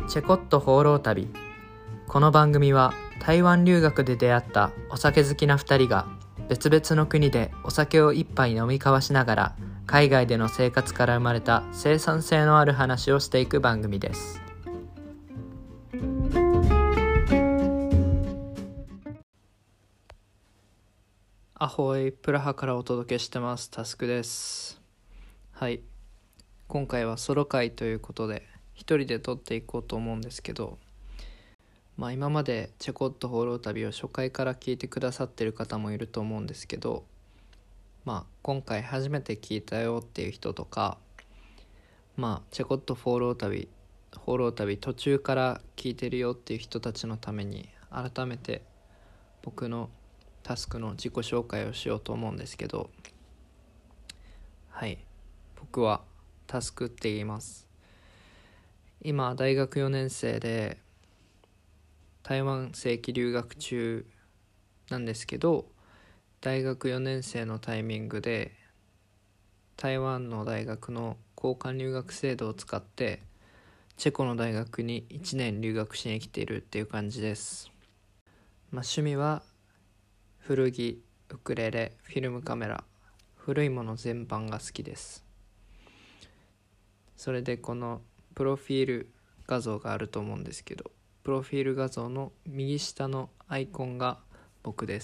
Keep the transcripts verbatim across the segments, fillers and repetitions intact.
チェコット放浪旅。この番組は台湾留学で出会ったお酒好きなふたりが別々の国でお酒を一杯飲み交わしながら海外での生活から生まれた生産性のある話をしていく番組です。アホイ、プラハからお届けしてます。タスクです。はい、今回はソロ会ということで一人で撮っていこうと思うんですけど、まあ今までチェコット放浪旅を初回から聞いてくださってる方もいると思うんですけど、まあ今回初めて聞いたよっていう人とか、まあチェコット放浪旅放浪旅途中から聞いてるよっていう人たちのために改めて僕のタスクの自己紹介をしようと思うんですけど、はい、僕はタスクって言います。今大学よねん生で台湾正規留学中なんですけど、大学よねん生のタイミングで台湾の大学の交換留学制度を使ってチェコの大学にいちねん留学しに来ているっていう感じです。まあ、趣味は古着、ウクレレ、フィルムカメラ、古いもの全般が好きです。それでこのプロフィール画像があると思うんですけど、プロフィール画像の右下のアイコンが僕です。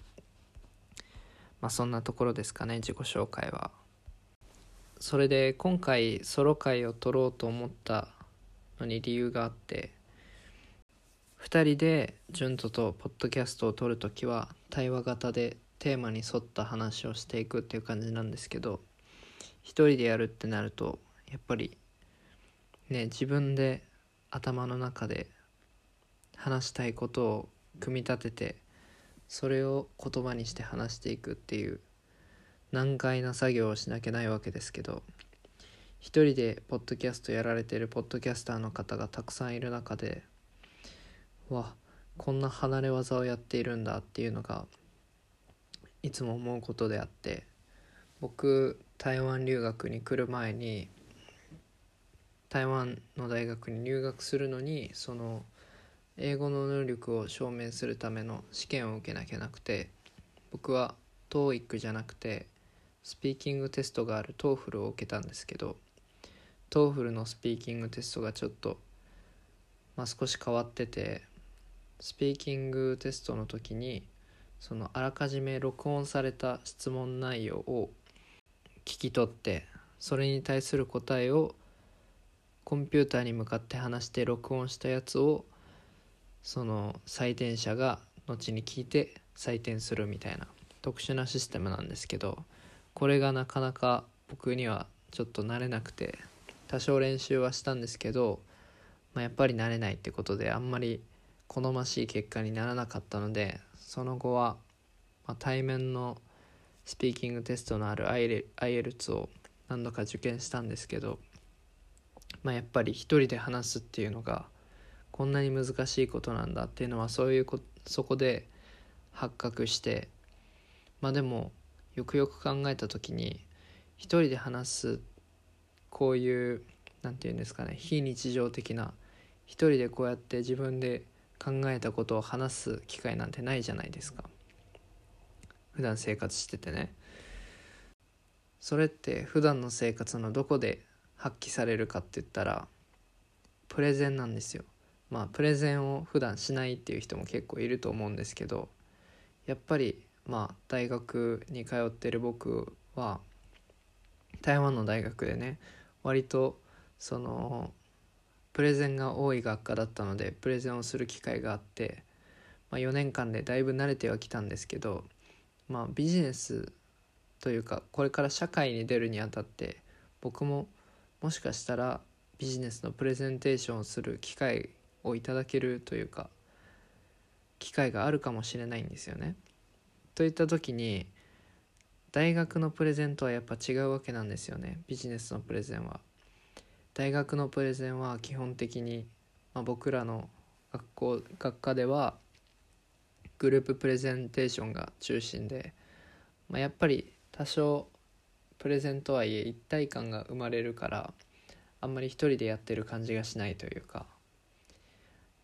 まあそんなところですかね、自己紹介は。それで今回ソロ会を撮ろうと思ったのに理由があって、ふたりで純斗とポッドキャストを撮るときは対話型でテーマに沿った話をしていくっていう感じなんですけど、一人でやるってなるとやっぱりね、自分で頭の中で話したいことを組み立ててそれを言葉にして話していくっていう難解な作業をしなきゃないわけですけど、一人でポッドキャストやられてるポッドキャスターの方がたくさんいる中で、わ、こんな離れ技をやっているんだっていうのがいつも思うことであって、僕台湾留学に来る前に台湾の大学に入学するのにその英語の能力を証明するための試験を受けなきゃなくて、僕は トーイック じゃなくてスピーキングテストがある トーフル を受けたんですけど、 トーフル のスピーキングテストがちょっと、まあ、少し変わってて、スピーキングテストの時にそのあらかじめ録音された質問内容を聞き取って、それに対する答えをコンピューターに向かって話して録音したやつをその採点者が後に聞いて採点するみたいな特殊なシステムなんですけど、これがなかなか僕にはちょっと慣れなくて、多少練習はしたんですけど、まあ、やっぱり慣れないってことであんまり好ましい結果にならなかったので、その後は、まあ、対面のスピーキングテストのある アイエルツ を何度か受験したんですけど、まあ、やっぱり一人で話すっていうのがこんなに難しいことなんだっていうのはそういうこそこで発覚して、まあでもよくよく考えた時に一人で話すこういうなんていうんですかね、非日常的な一人でこうやって自分で考えたことを話す機会なんてないじゃないですか、普段生活しててね。それって普段の生活のどこで発揮されるかって言ったらプレゼンなんですよ。まあプレゼンを普段しないっていう人も結構いると思うんですけど、やっぱりまあ大学に通ってる僕は台湾の大学でね、割とそのプレゼンが多い学科だったのでプレゼンをする機会があって、まあ、よねんかんでだいぶ慣れてはきたんですけど、まあビジネスというかこれから社会に出るにあたって僕ももしかしたらビジネスのプレゼンテーションをする機会をいただけるというか機会があるかもしれないんですよね。といった時に大学のプレゼンとはやっぱ違うわけなんですよね。ビジネスのプレゼンは、大学のプレゼンは基本的に、まあ、僕らの学校学科ではグループプレゼンテーションが中心で、まあ、やっぱり多少プレゼンとはいえ一体感が生まれるからあんまり一人でやってる感じがしないというか、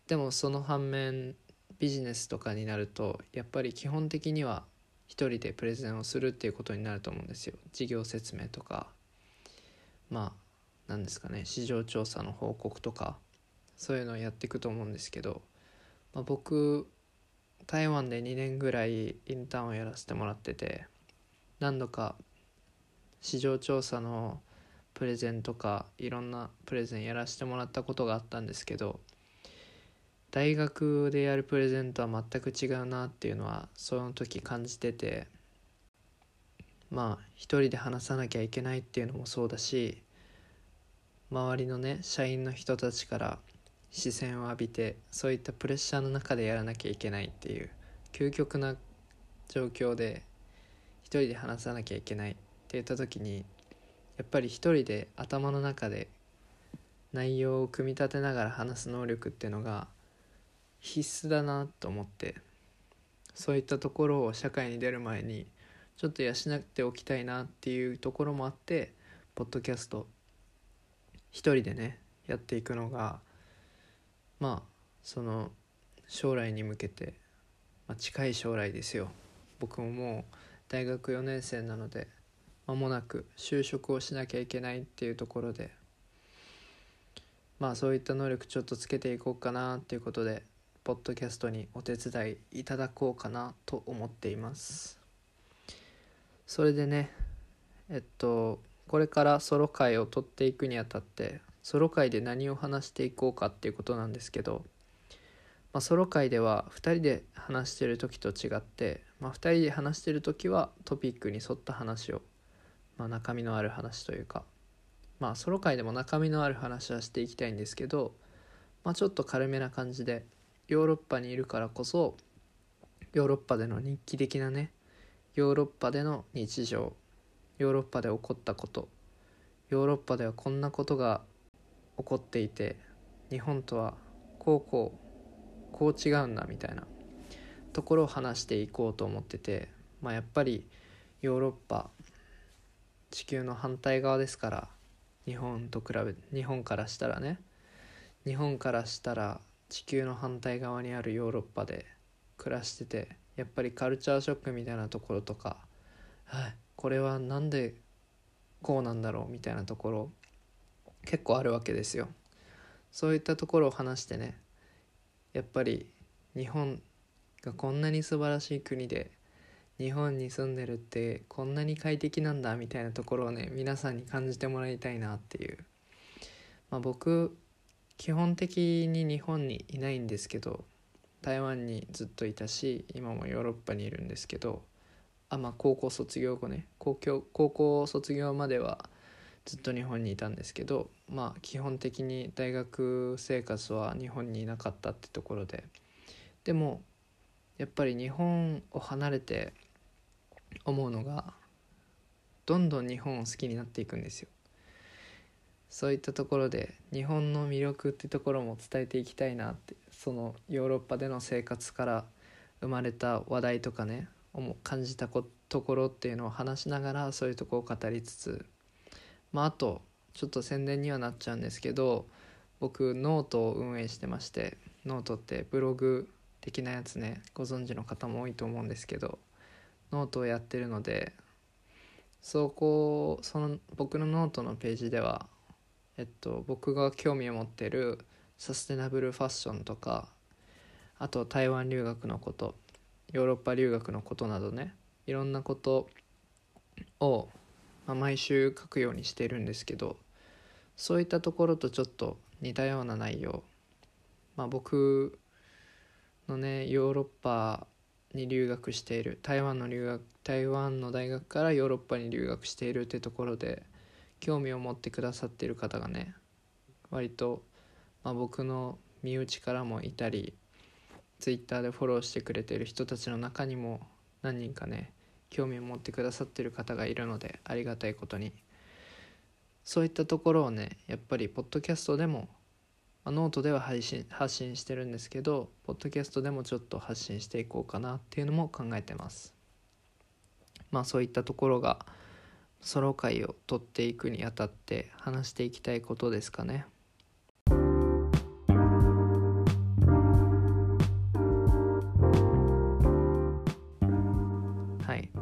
でもその反面ビジネスとかになるとやっぱり基本的には一人でプレゼンをするっていうことになると思うんですよ。事業説明とか、まあ何ですかね、市場調査の報告とかそういうのをやっていくと思うんですけど、まあ、僕台湾でにねんぐらいインターンをやらせてもらってて、何度か市場調査のプレゼンとかいろんなプレゼンやらせてもらったことがあったんですけど、大学でやるプレゼントは全く違うなっていうのはその時感じてて、まあ一人で話さなきゃいけないっていうのもそうだし、周りのね社員の人たちから視線を浴びてそういったプレッシャーの中でやらなきゃいけないっていう究極な状況で一人で話さなきゃいけないって言った時に、やっぱり一人で頭の中で内容を組み立てながら話す能力っていうのが必須だなと思って、そういったところを社会に出る前にちょっと養っておきたいなっていうところもあって、ポッドキャスト一人でねやっていくのがまあその将来に向けて、まあ、近い将来ですよ。僕ももう大学よねん生なので間もなく就職をしなきゃいけないっていうところで、まあそういった能力ちょっとつけていこうかなっていうことでポッドキャストにお手伝いいただこうかなと思っています。それでねえっとこれからソロ会を取っていくにあたってソロ会で何を話していこうかっていうことなんですけど、まあ、ソロ会ではふたりで話している時と違って、まあ、ふたりで話している時はトピックに沿った話を、まあ、中身のある話というか、まあソロ会でも中身のある話はしていきたいんですけど、まあ、ちょっと軽めな感じでヨーロッパにいるからこそヨーロッパでの日記的なね、ヨーロッパでの日常、ヨーロッパで起こったこと、ヨーロッパではこんなことが起こっていて日本とはこうこうこう違うんだみたいなところを話していこうと思ってて、まあ、やっぱりヨーロッパ地球の反対側ですから、日本と比べ日本からしたらね日本からしたら地球の反対側にあるヨーロッパで暮らしてて、やっぱりカルチャーショックみたいなところとか、はい、これはなんでこうなんだろうみたいなところ結構あるわけですよ。そういったところを話してね、やっぱり日本がこんなに素晴らしい国で日本に住んでるってこんなに快適なんだみたいなところをね皆さんに感じてもらいたいなっていう、まあ、僕基本的に日本にいないんですけど台湾にずっといたし今もヨーロッパにいるんですけど、あまあ高校卒業後ね高校高校卒業まではずっと日本にいたんですけど、まあ基本的に大学生活は日本にいなかったってところで、でもやっぱり日本を離れて思うのがどんどん日本を好きになっていくんですよ。そういったところで日本の魅力ってところも伝えていきたいなって、そのヨーロッパでの生活から生まれた話題とかね感じたところっていうのを話しながらそういうところを語りつつ、まああとちょっと宣伝にはなっちゃうんですけど、僕ノートを運営してまして、ノートってブログ的なやつねご存知の方も多いと思うんですけど、ノートをやってるのでそこその僕のノートのページではえっと僕が興味を持っているサステナブルファッションとか、あと台湾留学のこと、ヨーロッパ留学のことなどねいろんなことを、まあ、毎週書くようにしているんですけど、そういったところとちょっと似たような内容、まあ、僕のねヨーロッパに留学している台湾の留学台湾の大学からヨーロッパに留学しているってところで興味を持ってくださっている方がね割と、まあ、僕の身内からもいたりツイッターでフォローしてくれている人たちの中にも何人かね興味を持ってくださっている方がいるので、ありがたいことにそういったところをねやっぱりポッドキャストでも、まあ、ノートでは配信発信してるんですけどポッドキャストでもちょっと発信していこうかなっていうのも考えてます。まあそういったところがソロ会を取っていくにあたって話していきたいことですかね。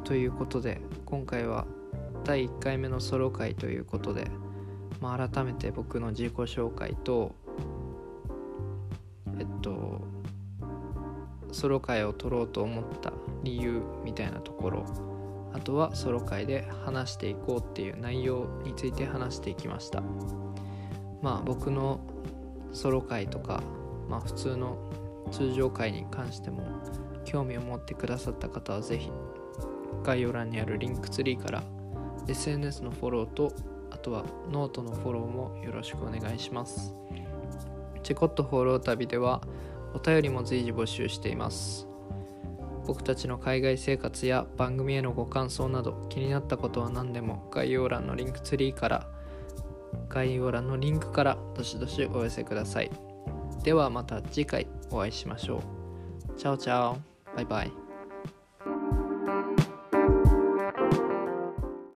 ということで今回はだいいっかいめのソロ回ということで、まあ、改めて僕の自己紹介とえっとソロ回を撮ろうと思った理由みたいなところ、あとはソロ回で話していこうっていう内容について話していきました。まあ僕のソロ回とか、まあ普通の通常回に関しても興味を持ってくださった方はぜひ概要欄にあるリンクツリーから エスエヌエス のフォローと、あとはノートのフォローもよろしくお願いします。チェコット放浪旅ではお便りも随時募集しています。僕たちの海外生活や番組へのご感想など気になったことは何でも概要欄のリンクツリーから概要欄のリンクからどしどしお寄せください。ではまた次回お会いしましょう。チャオチャオ、バイバイ。